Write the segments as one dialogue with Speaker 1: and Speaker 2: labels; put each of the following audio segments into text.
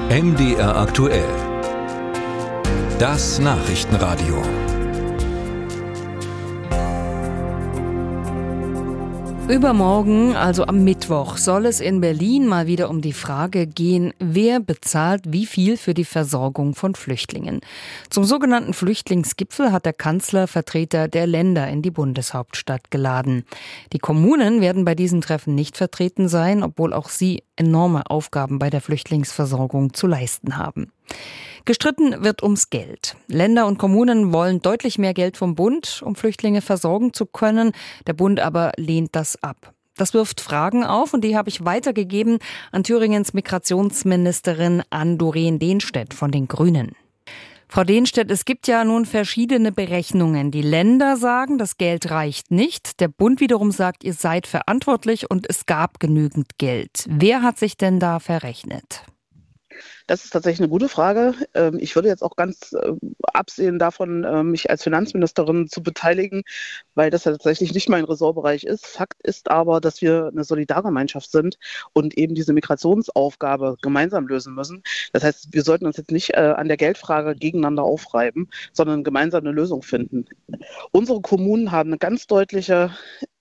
Speaker 1: MDR aktuell. Das Nachrichtenradio.
Speaker 2: Übermorgen, also am Mittwoch, soll es in Berlin mal wieder um die Frage gehen, wer bezahlt wie viel für die Versorgung von Flüchtlingen. Zum sogenannten Flüchtlingsgipfel hat der Kanzler Vertreter der Länder in die Bundeshauptstadt geladen. Die Kommunen werden bei diesen Treffen nicht vertreten sein, obwohl auch sie enorme Aufgaben bei der Flüchtlingsversorgung zu leisten haben. Gestritten wird ums Geld. Länder und Kommunen wollen deutlich mehr Geld vom Bund, um Flüchtlinge versorgen zu können. Der Bund aber lehnt das ab. Das wirft Fragen auf und die habe ich weitergegeben an Thüringens Migrationsministerin Ann-Doreen Dehnstedt von den Grünen. Frau Dehnstedt, es gibt ja nun verschiedene Berechnungen. Die Länder sagen, das Geld reicht nicht. Der Bund wiederum sagt, ihr seid verantwortlich und es gab genügend Geld. Wer hat sich denn da verrechnet?
Speaker 3: Das ist tatsächlich eine gute Frage. Ich würde jetzt auch ganz absehen davon, mich als Finanzministerin zu beteiligen, weil das ja tatsächlich nicht mein Ressortbereich ist. Fakt ist aber, dass wir eine Solidargemeinschaft sind und eben diese Migrationsaufgabe gemeinsam lösen müssen. Das heißt, wir sollten uns jetzt nicht an der Geldfrage gegeneinander aufreiben, sondern gemeinsam eine Lösung finden. Unsere Kommunen haben einen ganz deutlichen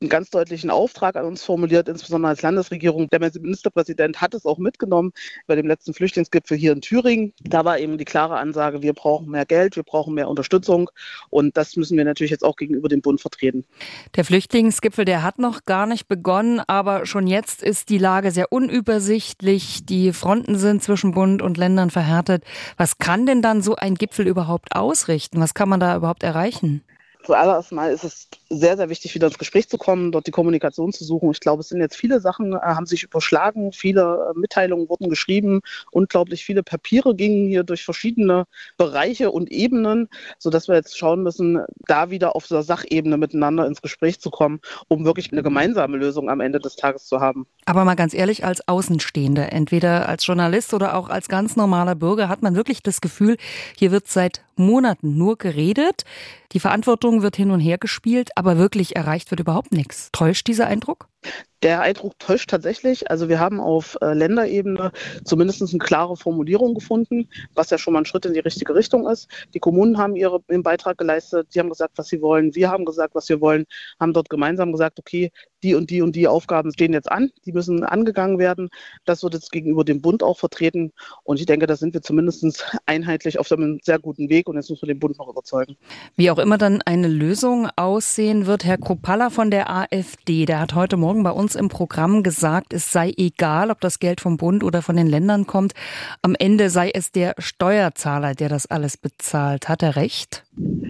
Speaker 3: Auftrag an uns formuliert, insbesondere als Landesregierung. Der Ministerpräsident hat es auch mitgenommen bei dem letzten Flüchtlingsgipfel hier in Thüringen. Da war eben die klare Ansage, wir brauchen mehr Geld, wir brauchen mehr Unterstützung und das müssen wir natürlich jetzt auch gegenüber dem Bund vertreten.
Speaker 2: Der Flüchtlingsgipfel, der hat noch gar nicht begonnen, aber schon jetzt ist die Lage sehr unübersichtlich. Die Fronten sind zwischen Bund und Ländern verhärtet. Was kann denn dann so ein Gipfel überhaupt ausrichten? Was kann man da überhaupt erreichen?
Speaker 3: Zuallererst mal ist es sehr, sehr wichtig, wieder ins Gespräch zu kommen, dort die Kommunikation zu suchen. Ich glaube, es sind jetzt viele Sachen, haben sich überschlagen, viele Mitteilungen wurden geschrieben, unglaublich viele Papiere gingen hier durch verschiedene Bereiche und Ebenen, sodass wir jetzt schauen müssen, da wieder auf der Sachebene miteinander ins Gespräch zu kommen, um wirklich eine gemeinsame Lösung am Ende des Tages zu haben.
Speaker 2: Aber mal ganz ehrlich, als Außenstehender, entweder als Journalist oder auch als ganz normaler Bürger, hat man wirklich das Gefühl, hier wird seit Monaten nur geredet. Die Verantwortung wird hin und her gespielt, aber wirklich erreicht wird überhaupt nichts. Täuscht dieser Eindruck?
Speaker 3: Der Eindruck täuscht tatsächlich. Also wir haben auf Länderebene zumindest eine klare Formulierung gefunden, was ja schon mal ein Schritt in die richtige Richtung ist. Die Kommunen haben ihren Beitrag geleistet, die haben gesagt, was sie wollen. Wir haben gesagt, was wir wollen, haben dort gemeinsam gesagt, okay, die und die und die Aufgaben stehen jetzt an, die müssen angegangen werden. Das wird jetzt gegenüber dem Bund auch vertreten. Und ich denke, da sind wir zumindest einheitlich auf einem sehr guten Weg und jetzt müssen wir den Bund noch überzeugen.
Speaker 2: Wie auch immer dann eine Lösung aussehen wird, Herr Kropalla von der AfD, der hat heute Morgen bei uns im Programm gesagt, es sei egal, ob das Geld vom Bund oder von den Ländern kommt. Am Ende sei es der Steuerzahler, der das alles bezahlt. Hat er recht?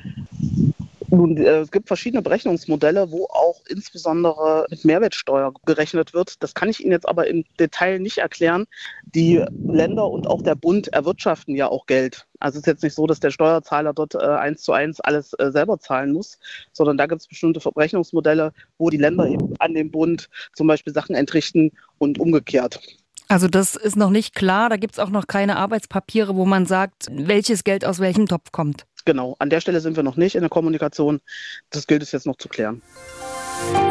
Speaker 3: Nun, es gibt verschiedene Berechnungsmodelle, wo auch insbesondere mit Mehrwertsteuer gerechnet wird. Das kann ich Ihnen jetzt aber im Detail nicht erklären. Die Länder und auch der Bund erwirtschaften ja auch Geld. Also es ist jetzt nicht so, dass der Steuerzahler dort 1:1 alles selber zahlen muss, sondern da gibt es bestimmte Berechnungsmodelle, wo die Länder eben an den Bund zum Beispiel Sachen entrichten und umgekehrt.
Speaker 2: Also das ist noch nicht klar, da gibt es auch noch keine Arbeitspapiere, wo man sagt, welches Geld aus welchem Topf kommt.
Speaker 3: Genau, an der Stelle sind wir noch nicht in der Kommunikation. Das gilt es jetzt noch zu klären.